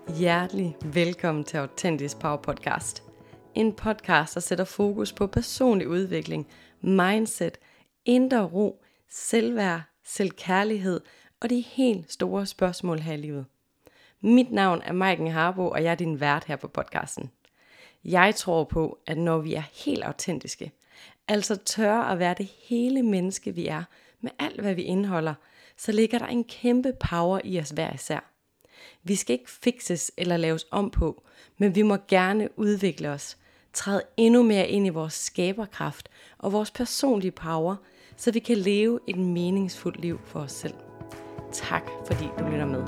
Hjertelig velkommen til Autentisk Power Podcast. En podcast, der sætter fokus på personlig udvikling, mindset, indre ro, selvværd, selvkærlighed og de helt store spørgsmål her i livet. Mit navn er Maiken Harbo, og jeg er din vært her på podcasten. Jeg tror på, at når vi er helt autentiske, altså tør at være det hele menneske vi er, med alt hvad vi indeholder, så ligger der en kæmpe power i os hver især. Vi skal ikke fikses eller laves om på, men vi må gerne udvikle os, træde endnu mere ind i vores skaberkraft og vores personlige power, så vi kan leve et meningsfuldt liv for os selv. Tak fordi du lytter med.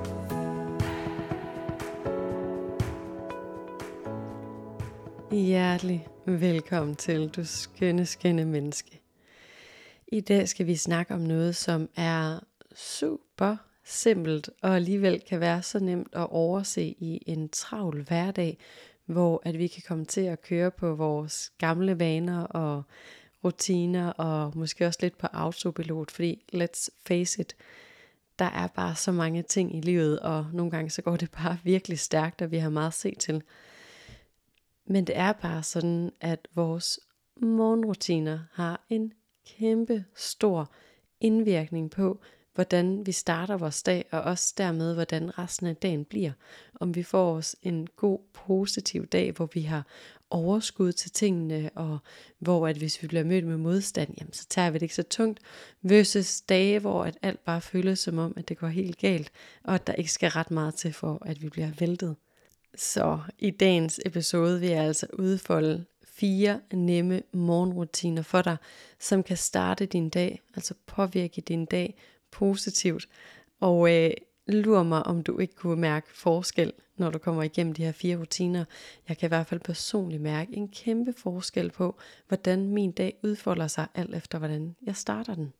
Hjertelig velkommen til, du skønne menneske. I dag skal vi snakke om noget, som er super simpelt og alligevel kan være så nemt at overse i en travl hverdag, hvor at vi kan komme til at køre på vores gamle vaner og rutiner og måske også lidt på autopilot, fordi let's face it, der er bare så mange ting i livet, og nogle gange så går det bare virkelig stærkt, og vi har meget at se til. Men det er bare sådan, at vores morgenrutiner har en kæmpe stor indvirkning på, hvordan vi starter vores dag, og også dermed, hvordan resten af dagen bliver. Om vi får os en god, positiv dag, hvor vi har overskud til tingene, og hvor at hvis vi bliver mødt med modstand, jamen, så tager vi det ikke så tungt, versus dage, hvor at alt bare føles som om, at det går helt galt, og at der ikke skal ret meget til for, at vi bliver væltet. Så i dagens episode vil jeg altså udfolde 4 nemme morgenrutiner for dig, som kan starte din dag, altså påvirke din dag positivt. Og lur mig, om du ikke kunne mærke forskel, når du kommer igennem de her 4 rutiner. Jeg kan i hvert fald personligt mærke en kæmpe forskel på, hvordan min dag udfolder sig, alt efter hvordan jeg starter den.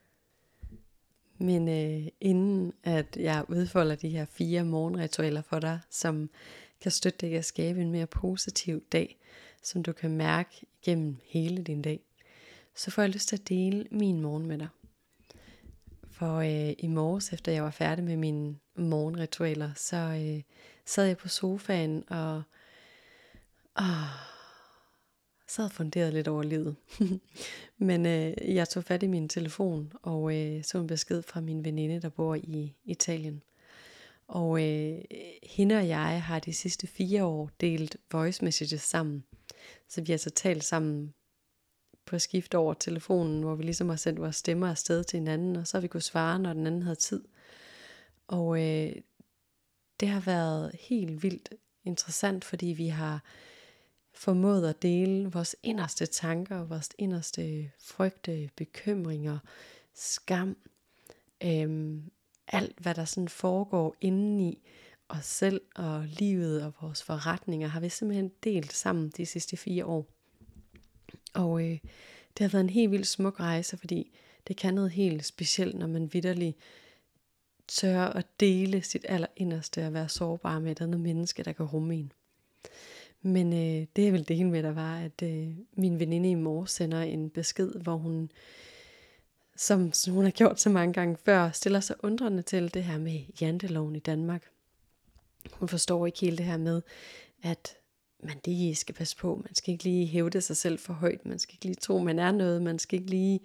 Men inden at jeg udfolder de her 4 morgenritualer for dig, som kan støtte dig at skabe en mere positiv dag, som du kan mærke gennem hele din dag, så får jeg lyst til at dele min morgen med dig. For i morges, efter jeg var færdig med mine morgenritualer, så sad jeg på sofaen og sad og funderede lidt over livet. Men jeg tog fat i min telefon og så en besked fra min veninde, der bor i Italien. Og hende og jeg har de sidste 4 år delt voice messages sammen. Så vi har så talt sammen på skift over telefonen, hvor vi ligesom har sendt vores stemmer afsted til hinanden, og så har vi kunnet svare, når den anden havde tid. Og det har været helt vildt interessant, fordi vi har formået at dele vores inderste tanker, vores inderste frygte, bekymringer, skam, alt hvad der sådan foregår indeni os selv og livet og vores forretninger, har vi simpelthen delt sammen de sidste 4 år. Og det har været en helt vildt smuk rejse, fordi det kan noget helt specielt, når man vitterligt tør at dele sit allerinderste og være sårbar med et andet menneske, der kan rumme en. Men det jeg vil dele med dig var, at min veninde i morges sender en besked, hvor hun, som hun har gjort så mange gange før, stiller sig undrende til det her med janteloven i Danmark. Hun forstår ikke helt det her med, at man lige skal passe på, man skal ikke lige hævde sig selv for højt, man skal ikke lige tro, man er noget, man skal ikke lige,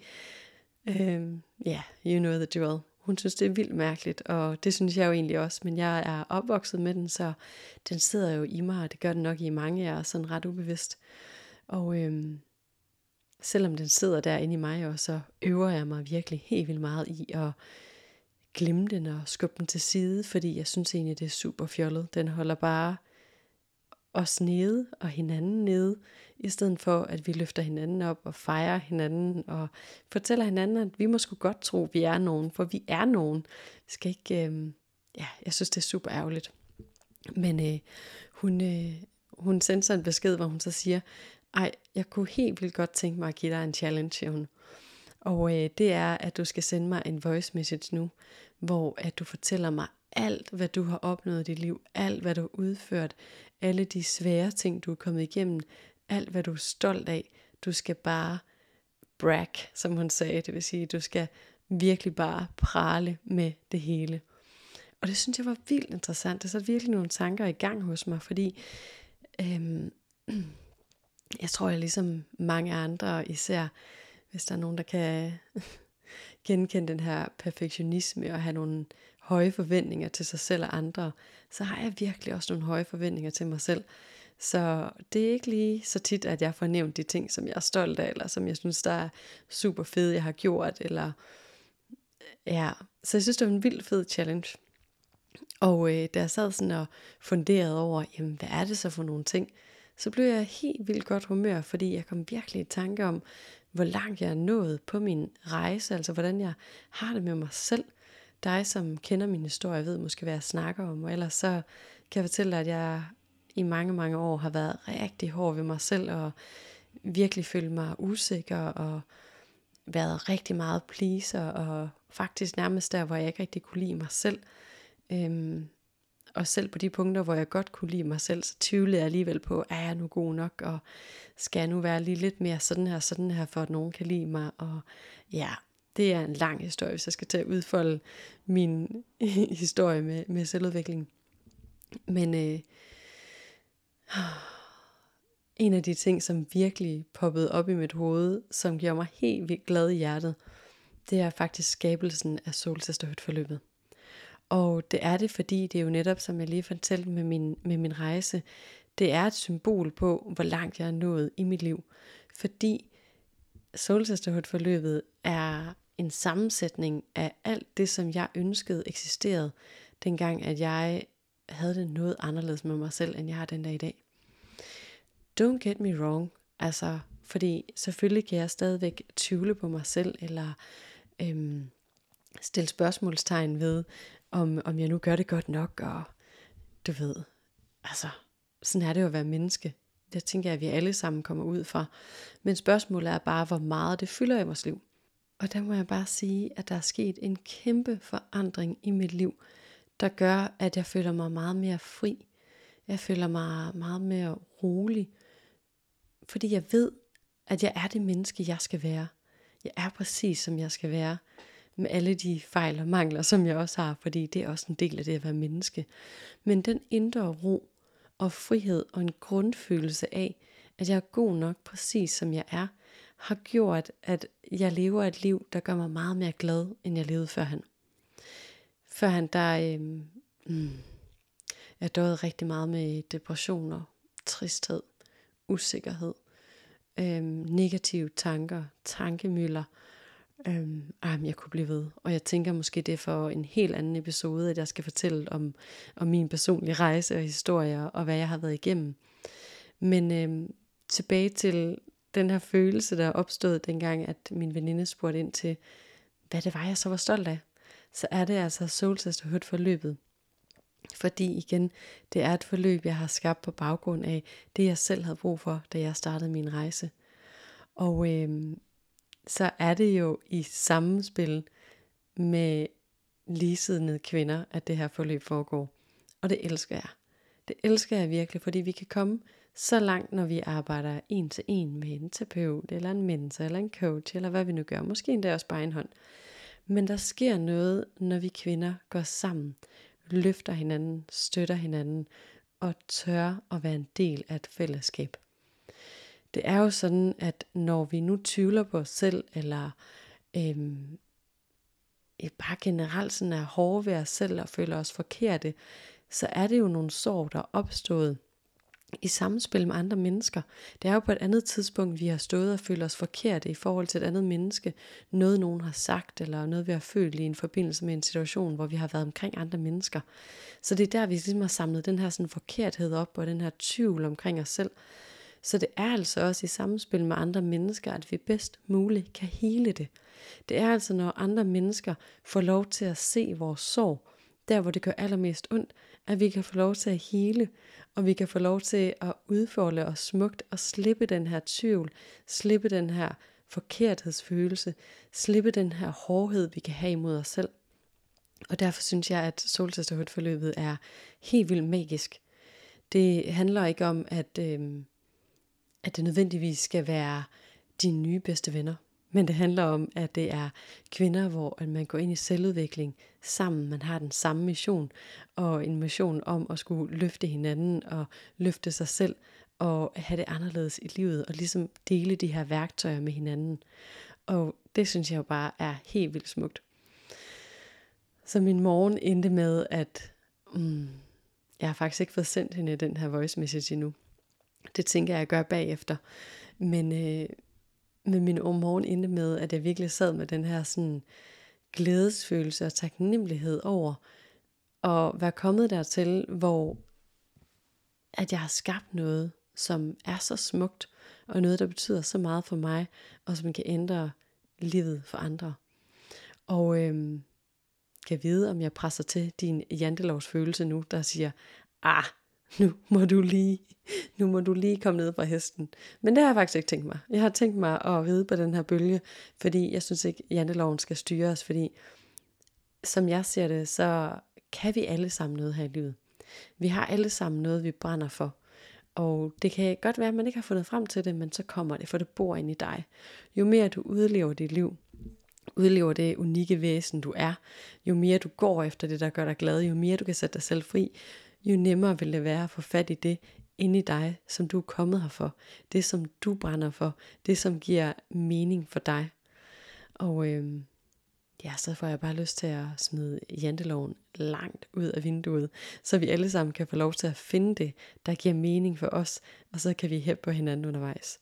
you know the drill. Hun synes, det er vildt mærkeligt, og det synes jeg jo egentlig også, men jeg er opvokset med den, så den sidder jo i mig, og det gør den nok i mange af os, sådan ret ubevidst. Og selvom den sidder derinde i mig også, så øver jeg mig virkelig helt vildt meget i at glemme den og skubbe den til side, fordi jeg synes egentlig, det er super fjollet. Den holder bare os nede og hinanden nede, i stedet for at vi løfter hinanden op og fejrer hinanden og fortæller hinanden, at vi må sgu godt tro, at vi er nogen, for vi er nogen. Vi skal ikke, jeg synes det er super ærgerligt. Men hun sendte så en besked, hvor hun så siger, jeg kunne helt vildt godt tænke mig at give dig en challenge, siger hun. Og det er, at du skal sende mig en voice message nu, hvor at du fortæller mig alt, hvad du har opnået i dit liv, alt, hvad du har udført, alle de svære ting, du er kommet igennem, alt, hvad du er stolt af. Du skal bare brag, som hun sagde, det vil sige, du skal virkelig bare prale med det hele. Og det synes jeg var vildt interessant. Det satte virkelig nogle tanker i gang hos mig, fordi jeg tror, jeg ligesom mange andre, især hvis der er nogen, der kan genkende den her perfektionisme og have nogle høje forventninger til sig selv og andre, så har jeg virkelig også nogle høje forventninger til mig selv. Så det er ikke lige så tit, at jeg får nævnt de ting, som jeg er stolt af, eller som jeg synes, der er super fede, jeg har gjort, eller ja. Så jeg synes, det var en vildt fed challenge. Og da jeg sad sådan og funderede over, jamen hvad er det så for nogle ting, så blev jeg helt vildt godt humør, fordi jeg kom virkelig i tanke om, hvor langt jeg er nået på min rejse, altså hvordan jeg har det med mig selv. Dig, som kender min historie, ved måske, hvad jeg snakker om, og ellers så kan jeg fortælle dig, at jeg i mange, mange år har været rigtig hård ved mig selv, og virkelig følt mig usikker, og været rigtig meget pleaser, og faktisk nærmest der, hvor jeg ikke rigtig kunne lide mig selv. Og selv på de punkter, hvor jeg godt kunne lide mig selv, så tvivlede jeg alligevel på, er jeg nu god nok, og skal jeg nu være lige lidt mere sådan her, for at nogen kan lide mig. Og ja, det er en lang historie, hvis jeg skal til at udfolde min historie med selvudvikling. Men en af de ting, som virkelig poppede op i mit hoved, som gjorde mig helt vildt glad i hjertet, det er faktisk skabelsen af Soul Sisterhood-forløbet. Og det er det, fordi det er jo netop, som jeg lige fortalte med min rejse, det er et symbol på, hvor langt jeg er nået i mit liv. Fordi Soul Sisterhood-forløbet er en sammensætning af alt det, som jeg ønskede eksisterede, dengang at jeg havde det noget anderledes med mig selv, end jeg har den dag i dag. Don't get me wrong, altså, fordi selvfølgelig kan jeg stadigvæk tvivle på mig selv, eller stille spørgsmålstegn ved, om jeg nu gør det godt nok, og du ved, altså, sådan er det jo at være menneske. Det tænker jeg, at vi alle sammen kommer ud fra. Men spørgsmålet er bare, hvor meget det fylder i vores liv. Og der må jeg bare sige, at der er sket en kæmpe forandring i mit liv, der gør, at jeg føler mig meget mere fri. Jeg føler mig meget mere rolig, fordi jeg ved, at jeg er det menneske, jeg skal være. Jeg er præcis, som jeg skal være, med alle de fejl og mangler, som jeg også har, fordi det er også en del af det at være menneske. Men den indre ro og frihed og en grundfølelse af, at jeg er god nok præcis som jeg er, har gjort, at jeg lever et liv, der gør mig meget mere glad, end jeg levede førhen. Førhen, jeg døde rigtig meget med depressioner, tristhed, usikkerhed, negative tanker, tankemylder. Jeg kunne blive ved. Og jeg tænker måske det er for en helt anden episode, at jeg skal fortælle om min personlige rejse og historier, og hvad jeg har været igennem. Men tilbage til den her følelse, der opstod dengang, at min veninde spurgte ind til, hvad det var, jeg så var stolt af. Så er det altså Soul Sisterhood-forløbet. Fordi igen, det er et forløb, jeg har skabt på baggrund af det, jeg selv havde brug for, da jeg startede min rejse. Og så er det jo i samspil med ligesidende kvinder, at det her forløb foregår. Og det elsker jeg. Det elsker jeg virkelig, fordi vi kan komme så langt, når vi arbejder en til en med en terapeut, eller en mentor, eller en coach, eller hvad vi nu gør. Måske endda også bare en hånd. Men der sker noget, når vi kvinder går sammen, løfter hinanden, støtter hinanden, og tør at være en del af et fællesskab. Det er jo sådan, at når vi nu tvivler på os selv, eller bare generelt sådan er hårde ved os selv, og føler os forkerte, så er det jo nogle sår, der er opstået i samspil med andre mennesker. Det er jo på et andet tidspunkt, vi har stået og følt os forkerte i forhold til et andet menneske. Noget nogen har sagt, eller noget vi har følt i en forbindelse med en situation, hvor vi har været omkring andre mennesker. Så det er der, vi ligesom har samlet den her sådan forkerthed op, og den her tvivl omkring os selv. Så det er altså også i samspil med andre mennesker, at vi bedst muligt kan hele det. Det er altså, når andre mennesker får lov til at se vores sorg, der hvor det gør allermest ondt, at vi kan få lov til at hele, og vi kan få lov til at udfolde os smukt og slippe den her tvivl, slippe den her forkerthedsfølelse, slippe den her hårdhed, vi kan have imod os selv. Og derfor synes jeg, at Soul Sisterhood-forløbet er helt vildt magisk. Det handler ikke om, at det nødvendigvis skal være dine nye bedste venner. Men det handler om, at det er kvinder, hvor at man går ind i selvudvikling sammen. Man har den samme mission, og en mission om at skulle løfte hinanden og løfte sig selv og have det anderledes i livet, og ligesom dele de her værktøjer med hinanden. Og det synes jeg jo bare er helt vildt smukt. Så min morgen endte med, at jeg har faktisk ikke fået sendt hende den her voice message endnu. Det tænker jeg gør bagefter. Men min morgen endte med, at jeg virkelig sad med den her sådan glædesfølelse og taknemmelighed over at være kommet dertil, hvor at jeg har skabt noget, som er så smukt, og noget, der betyder så meget for mig, og som kan ændre livet for andre. Og kan vide, om jeg presser til din jantelovsfølelse nu, der siger, nu må du lige komme ned fra hesten. Men det har jeg faktisk ikke tænkt mig. Jeg har tænkt mig at ride på den her bølge, fordi jeg synes ikke, janteloven skal styre os, fordi som jeg ser det, så kan vi alle sammen noget her i livet. Vi har alle sammen noget, vi brænder for. Og det kan godt være, at man ikke har fundet frem til det, men så kommer det, for det bor ind i dig. Jo mere du udlever dit liv, udlever det unikke væsen du er, jo mere du går efter det, der gør dig glad, jo mere du kan sætte dig selv fri, jo nemmere vil det være at få fat i det inde i dig, som du er kommet her for. Det som du brænder for, det som giver mening for dig. Og så får jeg bare lyst til at smide janteloven langt ud af vinduet, så vi alle sammen kan få lov til at finde det, der giver mening for os, og så kan vi hæppe på hinanden undervejs.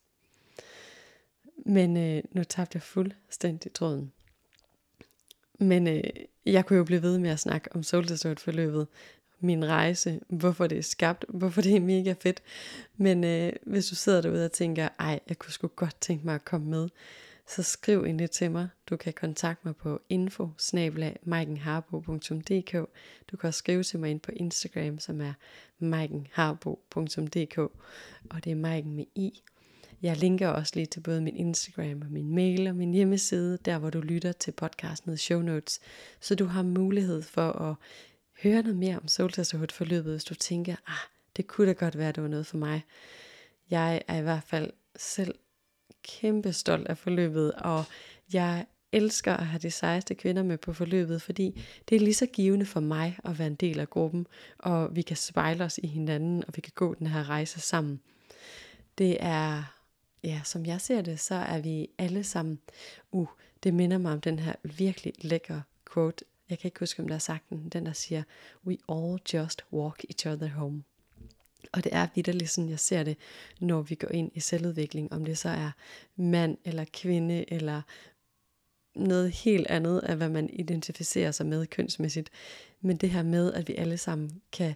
Men nu tabte jeg fuldstændig tråden. Men jeg kunne jo blive ved med at snakke om solsideforløbet, min rejse, hvorfor det er skabt, hvorfor det er mega fedt. Men hvis du sidder derude og tænker, jeg kunne sgu godt tænke mig at komme med, så skriv endelig til mig. Du kan kontakte mig på info@maikenharbo.dk. Du kan også skrive til mig ind på Instagram, som er maikenharbo.dk, og det er Maiken med i. Jeg linker også lige til både min Instagram og min mail og min hjemmeside, der hvor du lytter til podcasten i show notes, så du har mulighed for at høre noget mere om solsideforløbet, hvis du tænker, det kunne da godt være, det var noget for mig. Jeg er i hvert fald selv kæmpe stolt af forløbet, og jeg elsker at have de sejeste kvinder med på forløbet, fordi det er lige så givende for mig at være en del af gruppen, og vi kan spejle os i hinanden, og vi kan gå den her rejse sammen. Det er, som jeg ser det, så er vi alle sammen, det minder mig om den her virkelig lækre quote, jeg kan ikke huske, om der er sagt den der siger, we all just walk each other home. Og det er vitterligt sådan, jeg ser det, når vi går ind i selvudvikling, om det så er mand eller kvinde, eller noget helt andet af, hvad man identificerer sig med kønsmæssigt. Men det her med, at vi alle sammen kan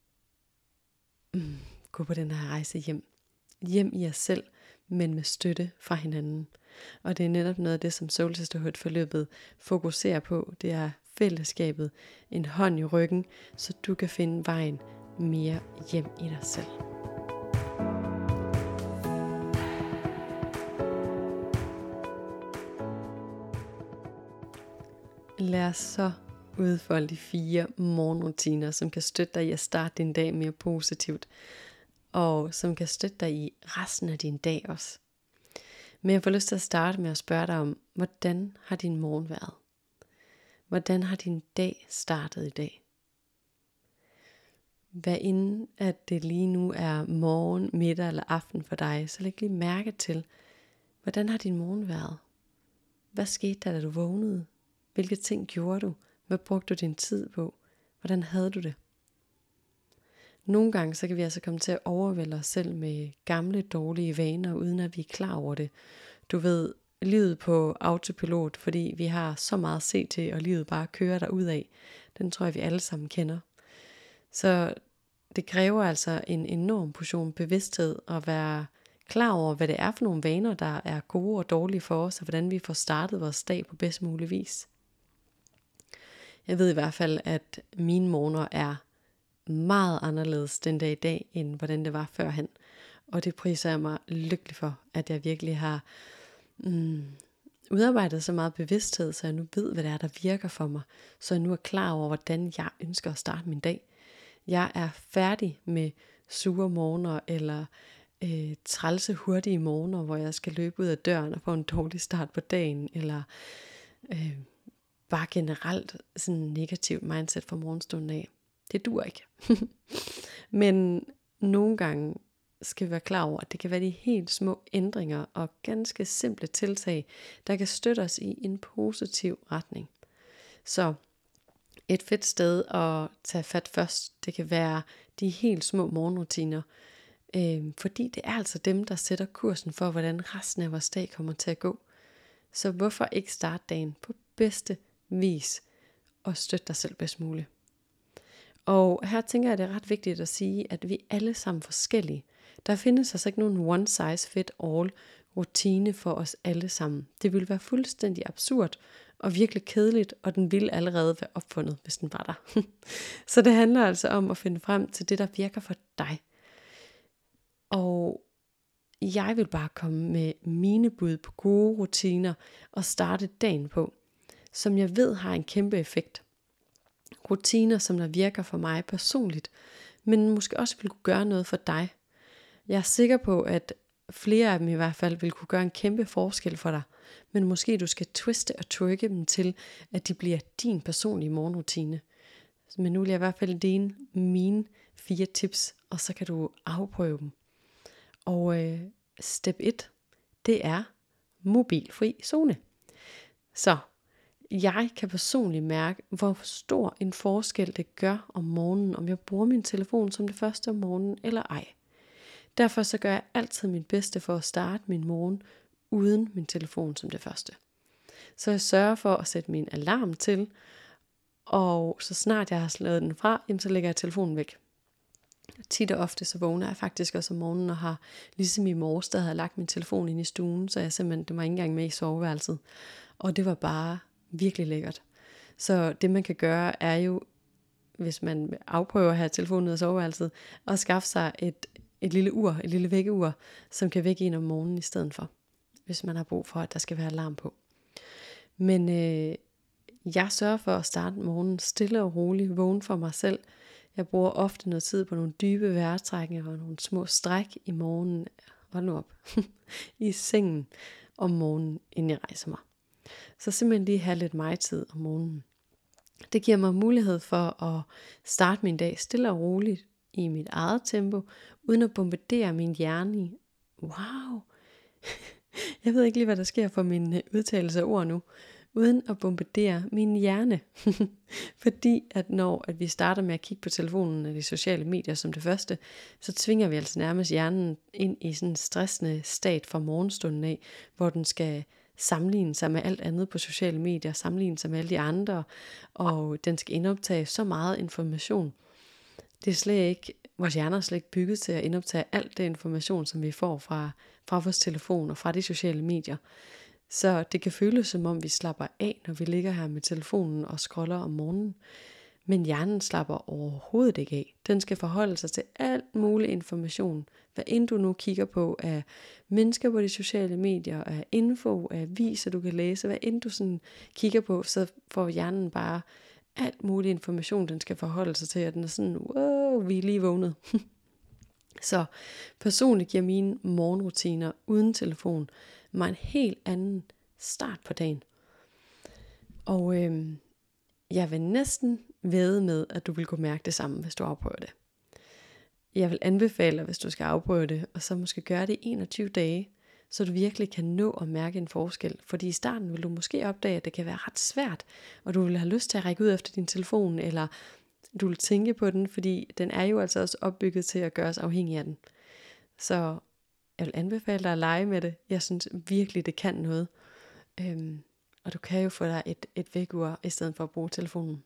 gå på den her rejse hjem i os selv, men med støtte fra hinanden. Og det er netop noget af det, som Soul Sisterhood-forløbet fokuserer på. Det er fællesskabet, en hånd i ryggen, så du kan finde vejen mere hjem i dig selv. Lad os så udfolde de 4 morgenrutiner, som kan støtte dig i at starte din dag mere positivt, og som kan støtte dig i resten af din dag også. Men jeg får lyst til at starte med at spørge dig om, hvordan har din morgen været? Hvordan har din dag startet i dag? Hvad inden at det lige nu er morgen, middag eller aften for dig, så læg lige mærke til, hvordan har din morgen været? Hvad skete der, da du vågnede? Hvilke ting gjorde du? Hvad brugte du din tid på? Hvordan havde du det? Nogle gange så kan vi altså komme til at overvælde os selv med gamle, dårlige vaner, uden at vi er klar over det. Du ved, livet på autopilot, fordi vi har så meget at se til, og livet bare kører derudad. Den tror jeg, vi alle sammen kender. Så det kræver altså en enorm portion bevidsthed at være klar over, hvad det er for nogle vaner, der er gode og dårlige for os, og hvordan vi får startet vores dag på bedst mulig vis. Jeg ved i hvert fald, at mine morgener er meget anderledes den dag i dag, end hvordan det var førhen. Og det priser jeg mig lykkelig for, at jeg virkelig har udarbejdet så meget bevidsthed, så jeg nu ved, hvad det er, der virker for mig. Så jeg nu er klar over, hvordan jeg ønsker at starte min dag. Jeg er færdig med sure morgener, eller trælse hurtige morgener, hvor jeg skal løbe ud af døren og få en dårlig start på dagen, eller bare generelt sådan en negativ mindset fra morgenstunden af. Det dur ikke. Men nogle gange skal vi være klar over, at det kan være de helt små ændringer og ganske simple tiltag, der kan støtte os i en positiv retning. Så et fedt sted at tage fat først, det kan være de helt små morgenrutiner, fordi det er altså dem, der sætter kursen for, hvordan resten af vores dag kommer til at gå. Så hvorfor ikke starte dagen på bedste vis og støtte dig selv bedst muligt? Og her tænker jeg, det er ret vigtigt at sige, at vi alle sammen forskellige. Der findes altså ikke nogen one size fit all rutine for os alle sammen. Det ville være fuldstændig absurd og virkelig kedeligt, og den ville allerede være opfundet, hvis den var der. Så det handler altså om at finde frem til det, der virker for dig. Og jeg vil bare komme med mine bud på gode rutiner og starte dagen på, som jeg ved har en kæmpe effekt. Rutiner, som der virker for mig personligt, men måske også vil kunne gøre noget for dig. Jeg er sikker på, at flere af dem i hvert fald vil kunne gøre en kæmpe forskel for dig, men måske du skal twiste og trykke dem til, at de bliver din personlige morgenrutine. Men nu vil jeg i hvert fald dele mine 4 tips, og så kan du afprøve dem. Og step 1, det er mobilfri zone. Så jeg kan personligt mærke, hvor stor en forskel det gør om morgenen, om jeg bruger min telefon som det første om morgenen eller ej. Derfor så gør jeg altid mit bedste for at starte min morgen uden min telefon som det første. Så jeg sørger for at sætte min alarm til, og så snart jeg har slået den fra, så lægger jeg telefonen væk. Tit og ofte så vågner jeg faktisk også om morgenen og har, ligesom i morges, der havde jeg lagt min telefon ind i stuen, så jeg simpelthen, det var ikke engang med i soveværelset. Og det var bare virkelig lækkert. Så det man kan gøre er jo, hvis man afprøver at have telefonen ud af soveværelset, at skaffe sig et lille ur, et lille vækkeur, som kan vække en om morgenen i stedet for, hvis man har brug for, at der skal være alarm på. Men jeg sørger for at starte morgenen stille og roligt, vågen for mig selv. Jeg bruger ofte noget tid på nogle dybe vejrtrækninger og nogle små stræk i morgenen, hold nu op, i sengen om morgenen, inden jeg rejser mig. Så simpelthen lige have lidt mig-tid om morgenen. Det giver mig mulighed for at starte min dag stille og roligt i mit eget tempo, uden at bombardere min hjerne i, wow, jeg ved ikke lige, hvad der sker for min udtalelse af ord nu, uden at bombardere min hjerne. Fordi at når at vi starter med at kigge på telefonen og de sociale medier som det første, så tvinger vi altså nærmest hjernen ind i sådan en stressende stat fra morgenstunden af, hvor den skal sammenligne sig med alt andet på sociale medier, sammenligne sig med alle de andre, og den skal indoptage så meget information. Det er slet ikke, vores hjerner er slet ikke bygget til at indoptage alt det information, som vi får fra vores telefon og fra de sociale medier. Så det kan føles som om vi slapper af, når vi ligger her med telefonen og scroller om morgenen. Men hjernen slapper overhovedet ikke af. Den skal forholde sig til alt mulig information. Hvad end du nu kigger på af mennesker på de sociale medier, af info, af aviser du kan læse. Hvad end du sådan kigger på, så får hjernen bare alt mulig information, den skal forholde sig til. Og den er sådan, wow, vi er lige vågnet. Så personligt giver mine morgenrutiner uden telefon mig en helt anden start på dagen. Og jeg vil næsten vædde med, at du vil kunne mærke det samme, hvis du afprøver det. Jeg vil anbefale dig, hvis du skal afprøve det, og så måske gøre det i 21 dage, så du virkelig kan nå at mærke en forskel. Fordi i starten vil du måske opdage, at det kan være ret svært, og du vil have lyst til at række ud efter din telefon, eller du vil tænke på den, fordi den er jo altså også opbygget til at gøre os afhængig af den. Så jeg vil anbefale dig at lege med det. Jeg synes virkelig, det kan noget. Og du kan jo få dig et vækkeur, i stedet for at bruge telefonen.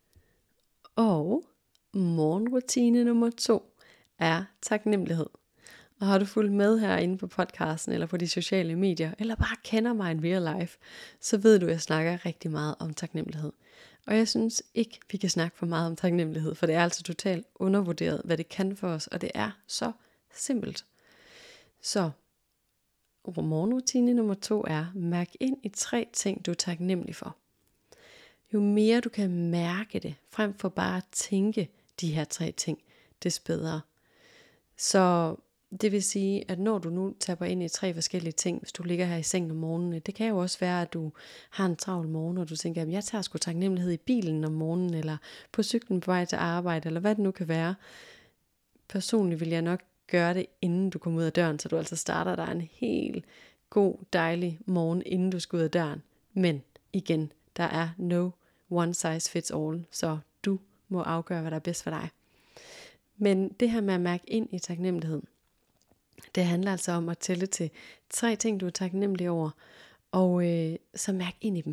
Og morgenrutine nummer 2 er taknemmelighed. Og har du fulgt med herinde på podcasten, eller på de sociale medier, eller bare kender mig in real life, så ved du, at jeg snakker rigtig meget om taknemmelighed. Og jeg synes ikke, vi kan snakke for meget om taknemmelighed, for det er altså totalt undervurderet, hvad det kan for os, og det er så simpelt. Så morgenrutine nummer 2 er, mærk ind i 3 ting, du er taknemmelig for. Jo mere du kan mærke det, frem for bare at tænke de her 3 ting, des bedre. Så Det vil sige, at når du nu tapper ind i 3 forskellige ting, hvis du ligger her i sengen om morgenen, det kan jo også være, at du har en travl morgen, og du tænker, at jeg tager sgu taknemmelighed i bilen om morgenen, eller på cyklen på vej til arbejde, eller hvad det nu kan være. Personligt vil jeg nok gøre det, inden du kommer ud af døren, så du altså starter dig en helt god, dejlig morgen, inden du skal ud af døren. Men igen, der er no one size fits all, så du må afgøre, hvad der er bedst for dig. Men det her med at mærke ind i taknemmelighed, det handler altså om at tælle til 3 ting, du er taknemmelig over, og så mærk ind i dem.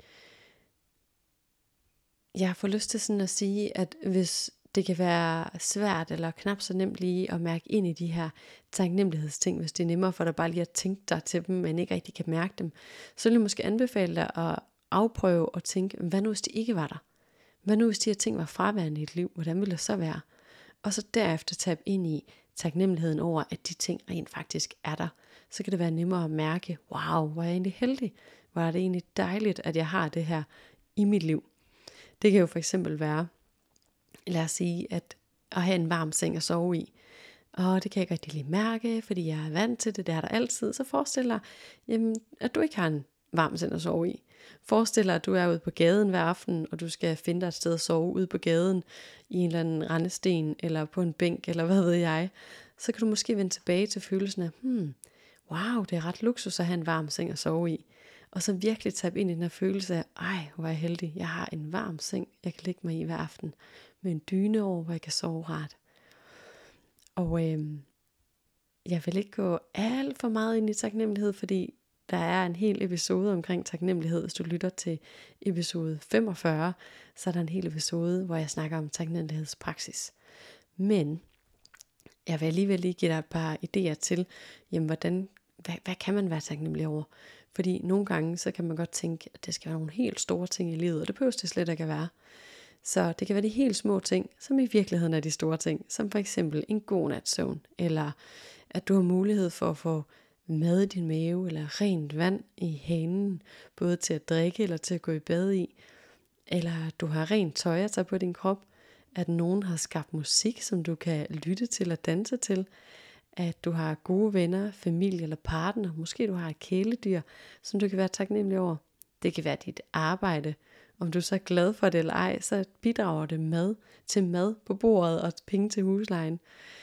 Jeg får lyst til sådan at sige, at hvis det kan være svært eller knap så nemt lige at mærke ind i de her taknemmelighedsting, hvis det er nemmere for dig bare lige at tænke dig til dem, men ikke rigtig kan mærke dem, så vil jeg måske anbefale dig at afprøve og tænke, hvad nu hvis de ikke var der? Hvad nu hvis de her ting var fraværende i dit liv? Hvordan ville det så være? Og så derefter tabe ind i taknemmeligheden over, at de ting rent faktisk er der. Så kan det være nemmere at mærke, wow, hvor er jeg egentlig heldig? Hvor er det egentlig dejligt, at jeg har det her i mit liv? Det kan jo for eksempel være, lad os sige, at have en varm seng at sove i. Og det kan jeg ikke rigtig lige mærke, fordi jeg er vant til det, det er der altid. Så forestil dig, at du ikke har en varm seng at sove i. Forestil dig, at du er ude på gaden hver aften, og du skal finde dig et sted at sove ude på gaden, i en eller anden rendesten, eller på en bænk, eller hvad ved jeg. Så kan du måske vende tilbage til følelsen af, wow, det er ret luksus at have en varm seng at sove i. Og så virkelig tabe ind i den her følelse af, hvor er jeg heldig, jeg har en varm seng, jeg kan ligge mig i hver aften, med en dyne over, hvor jeg kan sove rart. Og jeg vil ikke gå alt for meget ind i taknemmelighed, fordi der er en hel episode omkring taknemmelighed. Hvis du lytter til episode 45, så er der en hel episode, hvor jeg snakker om taknemmelighedspraksis. Men jeg vil alligevel lige give dig et par idéer til, hvad kan man være taknemmelig over? Fordi nogle gange, så kan man godt tænke, at det skal være nogle helt store ting i livet, og det behøver det slet ikke at være. Så det kan være de helt små ting, som i virkeligheden er de store ting, som for eksempel en god nats søvn, eller at du har mulighed for at få mad i din mave, eller rent vand i hanen, både til at drikke eller til at gå i bad i, eller at du har rent tøj at tage på din krop, at nogen har skabt musik, som du kan lytte til og danse til, at du har gode venner, familie eller partner, måske du har et kæledyr, som du kan være taknemmelig over. Det kan være dit arbejde. Om du så er glad for det eller ej, så bidrager det mad på bordet og penge til huslejen.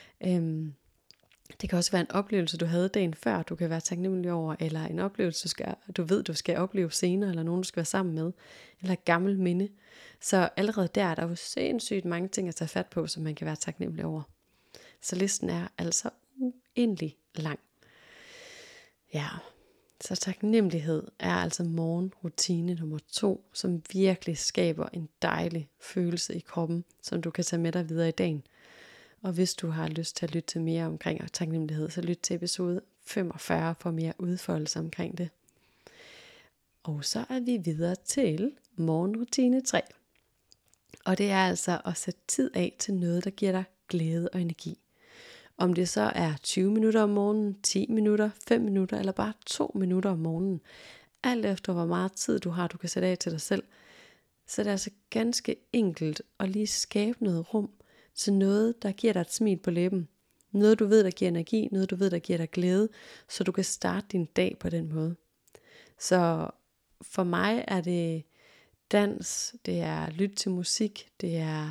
Det kan også være en oplevelse, du havde dagen før, du kan være taknemmelig over, eller en oplevelse, du skal opleve senere, eller nogen, du skal være sammen med, eller et gammelt minde. Så allerede der er der jo sindssygt mange ting at tage fat på, som man kan være taknemmelig over. Så listen er altså uendelig lang. Ja, så taknemmelighed er altså morgenrutine nummer 2, som virkelig skaber en dejlig følelse i kroppen, som du kan tage med dig videre i dagen. Og hvis du har lyst til at lytte til mere omkring taknemmelighed, så lyt til episode 45 for mere udfoldelse omkring det. Og så er vi videre til morgenrutine 3. Og det er altså at sætte tid af til noget, der giver dig glæde og energi. Om det så er 20 minutter om morgenen, 10 minutter, 5 minutter eller bare 2 minutter om morgenen. Alt efter hvor meget tid du har, du kan sætte af til dig selv. Så det er altså ganske enkelt at lige skabe noget rum til noget, der giver dig et smil på læben. Noget du ved, der giver energi, noget du ved, der giver dig glæde, så du kan starte din dag på den måde. Så for mig er det dans, det er lyt til musik, det er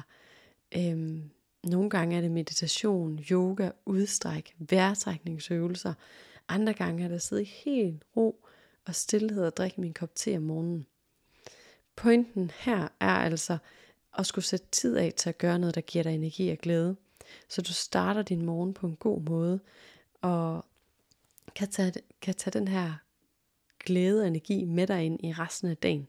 nogle gange er det meditation, yoga, udstræk, vejrtrækningsøvelser. Andre gange er det at sidde i helt ro og stillhed og drikke min kop te om morgenen. Pointen her er altså at skulle sætte tid af til at gøre noget, der giver dig energi og glæde. Så du starter din morgen på en god måde og kan tage den her glæde og energi med dig ind i resten af dagen.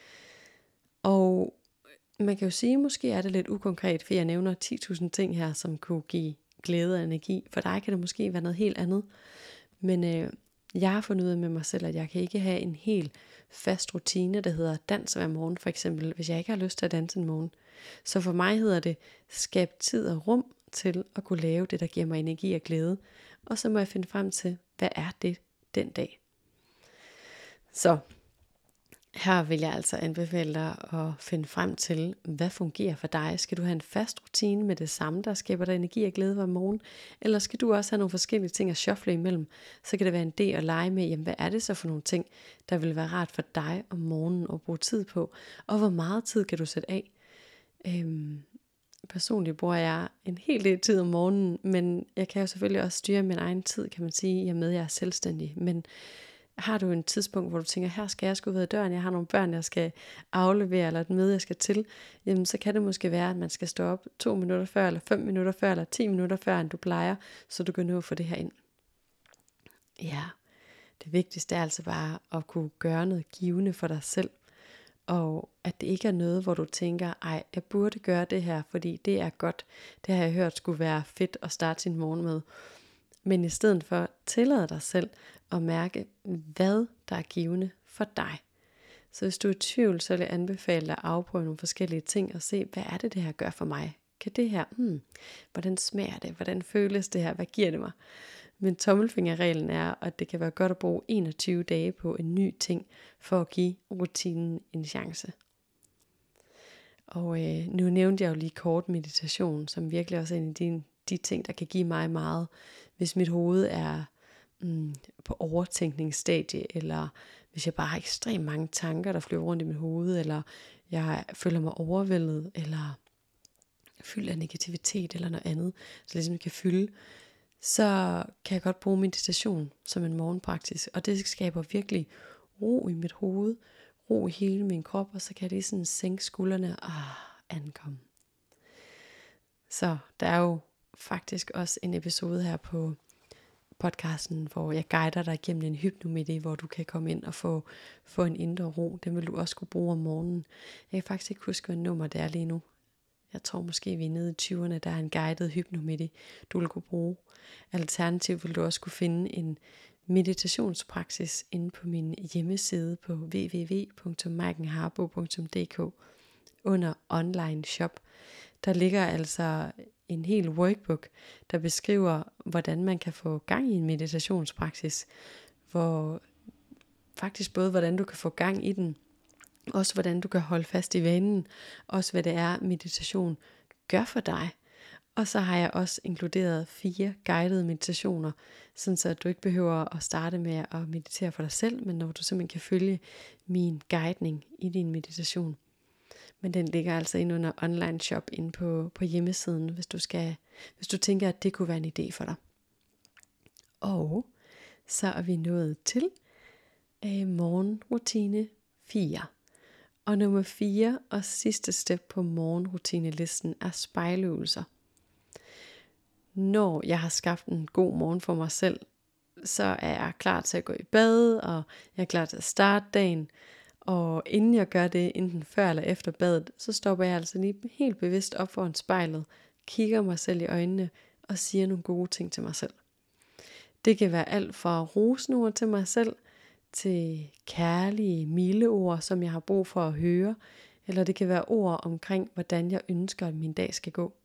Og man kan jo sige, måske er det lidt ukonkret, for jeg nævner 10.000 ting her, som kunne give glæde og energi. For dig kan det måske være noget helt andet. Men jeg har fundet ud af med mig selv, at jeg kan ikke have en helt fast rutine, der hedder dans hver morgen for eksempel, hvis jeg ikke har lyst til at danse en morgen. Så for mig hedder det, skab tid og rum til at kunne lave det, der giver mig energi og glæde. Og så må jeg finde frem til, hvad er det den dag. Så Her vil jeg altså anbefale dig at finde frem til, hvad fungerer for dig. Skal du have en fast rutine med det samme, der skaber dig energi og glæde hver morgen? Eller skal du også have nogle forskellige ting at shuffle imellem? Så kan det være en idé at lege med, jamen hvad er det så for nogle ting, der vil være rart for dig om morgenen at bruge tid på? Og hvor meget tid kan du sætte af? Personligt bruger jeg en hel del tid om morgenen, men jeg kan jo selvfølgelig også styre min egen tid, kan man sige, i og med at jeg er selvstændig. Men har du en tidspunkt, hvor du tænker, her skal jeg sgu ud af døren, jeg har nogle børn, jeg skal aflevere, eller et møde, jeg skal til, jamen så kan det måske være, at man skal stå op 2 minutter før, eller 5 minutter før, eller 10 minutter før, end du plejer, så du kan nå at få det her ind. Ja, det vigtigste er altså bare at kunne gøre noget givende for dig selv, og at det ikke er noget, hvor du tænker, ej, jeg burde gøre det her, fordi det er godt, det har jeg hørt skulle være fedt at starte sin morgen med. Men i stedet for, tillade dig selv at mærke, hvad der er givende for dig. Så hvis du er i tvivl, så vil jeg anbefale dig at afprøve nogle forskellige ting og se, hvad er det her gør for mig? Kan det her, hvordan smager det? Hvordan føles det her? Hvad giver det mig? Men tommelfingerreglen er, at det kan være godt at bruge 21 dage på en ny ting, for at give rutinen en chance. Og nu nævnte jeg jo lige kort meditation, som virkelig også er en af de ting, der kan give mig meget, hvis mit hoved er på overtænkningsstadie, eller hvis jeg bare har ekstremt mange tanker, der flyver rundt i mit hoved, eller jeg føler mig overvældet, eller fyldt af negativitet, eller noget andet, så ligesom jeg kan fylde, så kan jeg godt bruge meditation som en morgenpraksis, og det skaber virkelig ro i mit hoved, ro i hele min krop, og så kan jeg lige sådan sænke skuldrene og ankomme. Så der er jo faktisk også en episode her på podcasten, hvor jeg guider dig igennem en hypnomedi, hvor du kan komme ind og få en indre ro. Den vil du også kunne bruge om morgenen. Jeg kan faktisk ikke huske, hvad nummer det er lige nu. Jeg tror måske, vi er nede i 20'erne, der er en guided hypnomedi, du vil kunne bruge. Alternativt vil du også kunne finde en meditationspraksis inde på min hjemmeside på www.maikenharbo.dk under online shop. Der ligger altså en hel workbook, der beskriver, hvordan man kan få gang i en meditationspraksis, hvor faktisk både hvordan du kan få gang i den, også hvordan du kan holde fast i vanen, også hvad det er meditation gør for dig. Og så har jeg også inkluderet 4 guidede meditationer, sådan så du ikke behøver at starte med at meditere for dig selv, men når du simpelthen kan følge min guidning i din meditation. Men den ligger altså inde under online shop inde på hjemmesiden, hvis du tænker, at det kunne være en idé for dig. Og så er vi nået til morgenrutine 4. Og nummer 4 og sidste step på morgenrutinelisten er spejløvelser. Når jeg har skabt en god morgen for mig selv, så er jeg klar til at gå i bad, og jeg er klar til at starte dagen. Og inden jeg gør det, enten før eller efter badet, så stopper jeg altså lige helt bevidst op foran spejlet, kigger mig selv i øjnene og siger nogle gode ting til mig selv. Det kan være alt fra rosende ord til mig selv, til kærlige, milde ord, som jeg har brug for at høre, eller det kan være ord omkring, hvordan jeg ønsker, at min dag skal gå.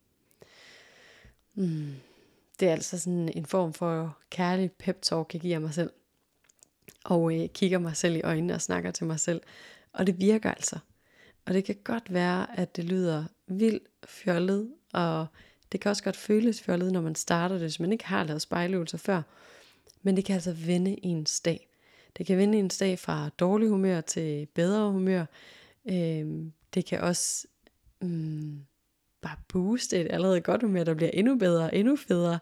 Det er altså sådan en form for kærlig pep-talk, jeg giver mig selv. Og kigger mig selv i øjnene og snakker til mig selv. Og det virker altså. Og det kan godt være, at det lyder vildt fjollet, og det kan også godt føles fjollet, når man starter det, hvis man ikke har lavet spejløvelser før. Men det kan altså vende ens dag. Det kan vende ens dag fra dårlig humør til bedre humør. Det kan også bare booste et allerede godt humør, der bliver endnu bedre, endnu federe.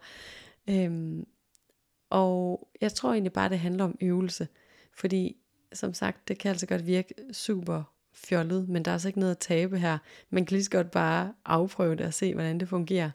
Og jeg tror egentlig bare, det handler om øvelse. Fordi som sagt, det kan altså godt virke super fjollet, men der er altså ikke noget at tabe her. Man kan lige så godt bare afprøve det og se, hvordan det fungerer.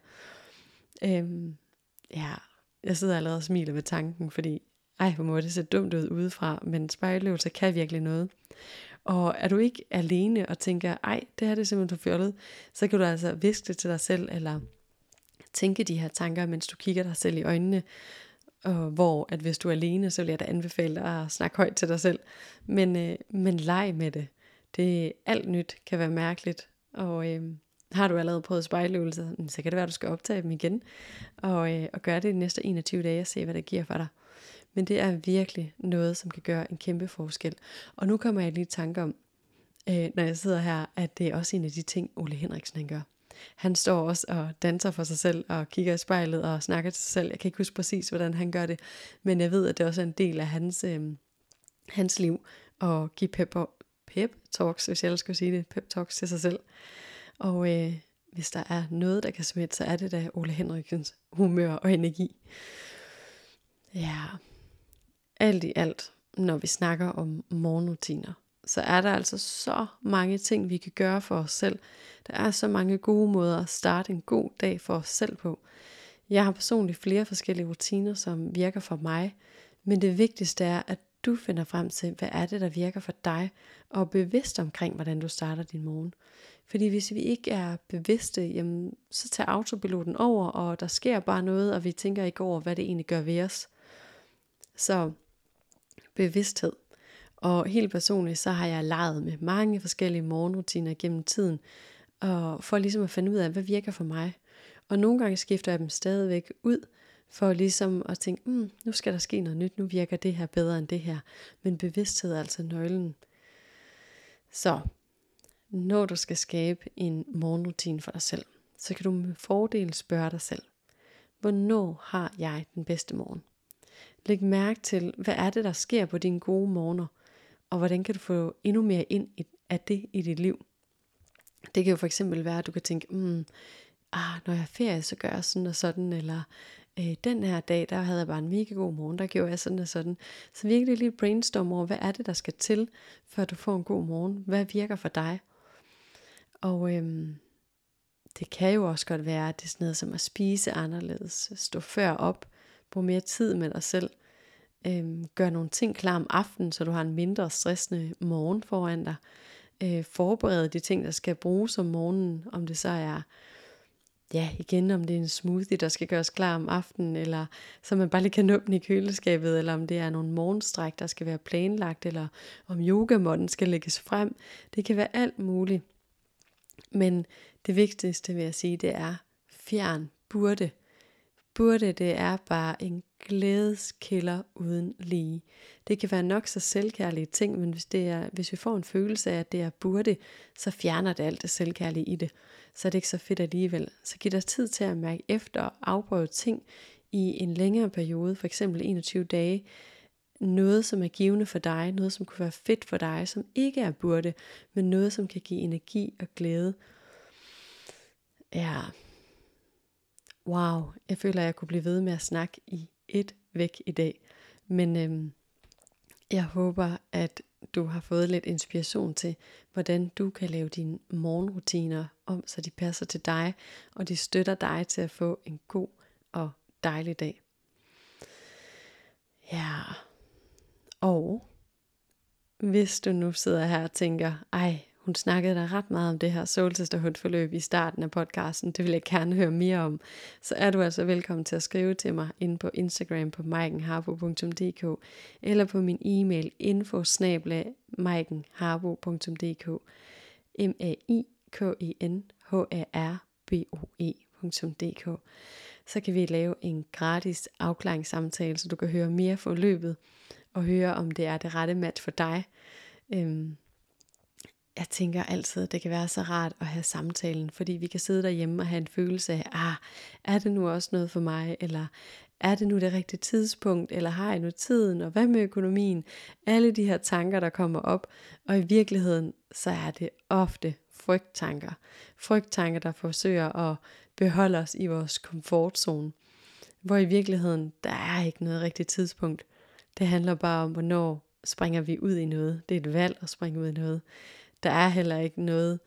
Jeg sidder allerede og smiler ved tanken, fordi hvor må det se dumt ud udefra, men spejløvelser kan virkelig noget. Og er du ikke alene og tænker, det her det er simpelthen for fjollet, så kan du altså viske det til dig selv, eller tænke de her tanker, mens du kigger dig selv i øjnene, hvor at hvis du er alene, så vil jeg da anbefale dig at snakke højt til dig selv, men leg med det. Det alt nyt kan være mærkeligt, og har du allerede prøvet spejløvelser, så kan det være, at du skal optage dem igen, og gøre det de næste 21 dage og se, hvad det giver for dig. Men det er virkelig noget, som kan gøre en kæmpe forskel. Og nu kommer jeg lige i tanke om, når jeg sidder her, at det er også en af de ting, Ole Henriksen han gør. Han står også og danser for sig selv og kigger i spejlet og snakker til sig selv. Jeg kan ikke huske præcis, hvordan han gør det, men jeg ved, at det også er en del af hans liv at give pep talks, hvis jeg ellers skulle sige det, pep talks til sig selv. Og hvis der er noget, der kan smitte, så er det da Ole Henriksens humør og energi. Ja, alt i alt, når vi snakker om morgenrutiner, så er der altså så mange ting, vi kan gøre for os selv. Der er så mange gode måder at starte en god dag for os selv på. Jeg har personligt flere forskellige rutiner, som virker for mig, men det vigtigste er, at du finder frem til, hvad er det, der virker for dig, og er bevidst omkring, hvordan du starter din morgen. Fordi hvis vi ikke er bevidste, jamen, så tager autopiloten over, og der sker bare noget, og vi tænker ikke over, hvad det egentlig gør ved os. Så bevidsthed. Og helt personligt, så har jeg leget med mange forskellige morgenrutiner gennem tiden, og for ligesom at finde ud af, hvad virker for mig. Og nogle gange skifter jeg dem stadigvæk ud, for ligesom at tænke, nu skal der ske noget nyt, nu virker det her bedre end det her. Men bevidsthed er altså nøglen. Så når du skal skabe en morgenrutine for dig selv, så kan du med fordel spørge dig selv, hvornår har jeg den bedste morgen? Læg mærke til, hvad er det, der sker på dine gode morgener, og hvordan kan du få endnu mere ind af det i dit liv. Det kan jo for eksempel være, at du kan tænke, når jeg er ferie, så gør jeg sådan og sådan, eller den her dag, der havde jeg bare en mega god morgen, der gjorde jeg sådan og sådan. Så virkelig lige brainstorm over, hvad er det, der skal til, for at du får en god morgen? Hvad virker for dig? Og det kan jo også godt være, at det er sådan noget som at spise anderledes, stå før op, bruge mere tid med dig selv, gør nogle ting klar om aftenen, så du har en mindre stressende morgen foran dig, forberede de ting, der skal bruges om morgenen, om det så er, om det er en smoothie, der skal gøres klar om aftenen, eller så man bare lige kan åbne i køleskabet, eller om det er nogle morgenstræk, der skal være planlagt, eller om yogamåtten skal lægges frem. Det kan være alt muligt. Men det vigtigste, vil jeg sige, det er fjern burde. Burde, det er bare en glædeskilder uden lige. Det kan være nok så selvkærlige ting, men hvis vi får en følelse af, at det er burde, så fjerner det alt det selvkærlige i det. Så er det ikke så fedt alligevel. Så giv dig tid til at mærke efter og afprøve ting i en længere periode, for eksempel 21 dage. Noget, som er givende for dig, noget, som kunne være fedt for dig, som ikke er burde, men noget, som kan give energi og glæde. Ja. Wow, jeg føler, at jeg kunne blive ved med at snakke i et væk i dag. Men jeg håber, at du har fået lidt inspiration til, hvordan du kan lave dine morgenrutiner om, så de passer til dig, og de støtter dig til at få en god og dejlig dag. Ja, og hvis du nu sidder her og tænker, hun snakkede da ret meget om det her Soul Sisterhood-forløb i starten af podcasten, det vil jeg gerne høre mere om, så er du altså velkommen til at skrive til mig inde på Instagram på maikenharbo.dk eller på min e-mail info@maikenharbo.dk maikenharboe.dk. Så kan vi lave en gratis afklaringssamtale, så du kan høre mere forløbet og høre, om det er det rette match for dig. Jeg tænker altid, at det kan være så rart at have samtalen, fordi vi kan sidde derhjemme og have en følelse af, er det nu også noget for mig, eller er det nu det rigtige tidspunkt, eller har jeg nu tiden, og hvad med økonomien? Alle de her tanker, der kommer op, og i virkeligheden, så er det ofte frygttanker. Frygttanker, der forsøger at beholde os i vores komfortzone, hvor i virkeligheden, der er ikke noget rigtigt tidspunkt. Det handler bare om, hvornår springer vi ud i noget. Det er et valg at springe ud i noget. Der er heller ikke noget,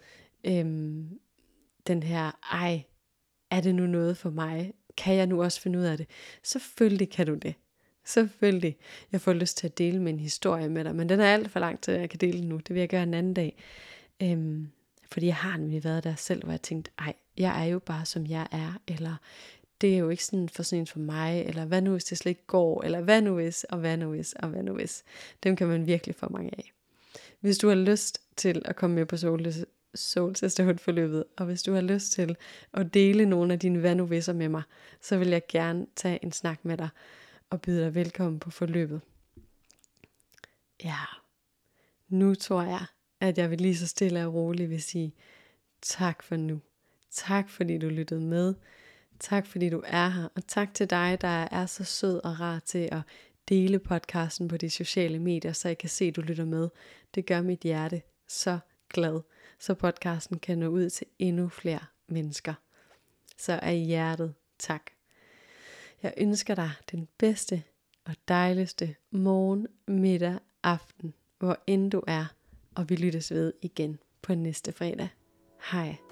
den her, er det nu noget for mig? Kan jeg nu også finde ud af det? Selvfølgelig kan du det. Selvfølgelig. Jeg får lyst til at dele min historie med dig, men den er alt for lang til, at jeg kan dele den nu. Det vil jeg gøre en anden dag. Fordi jeg har nemlig været der selv, hvor jeg tænkte, jeg er jo bare som jeg er, eller det er jo ikke sådan for mig, eller hvad nu hvis det slet ikke går, eller hvad nu hvis, og hvad nu hvis, og hvad nu hvis. Dem kan man virkelig få mange af. Hvis du har lyst til at komme med på Soul Sisterhood-forløbet, og hvis du har lyst til at dele nogle af dine hvad nu hvis'er med mig, så vil jeg gerne tage en snak med dig. og byde dig velkommen på forløbet. Ja, nu tror jeg, at jeg vil lige så stille og roligt vil sige tak for nu. Tak fordi du lyttede med. Tak fordi du er her, og tak til dig, der er så sød og rar til at dele podcasten på de sociale medier, så jeg kan se, at du lytter med. Det gør mit hjerte så glad, så podcasten kan nå ud til endnu flere mennesker. Så af hjertet tak. Jeg ønsker dig den bedste og dejligste morgen, middag, aften, hvor end du er, og vi lyttes ved igen på næste fredag. Hej.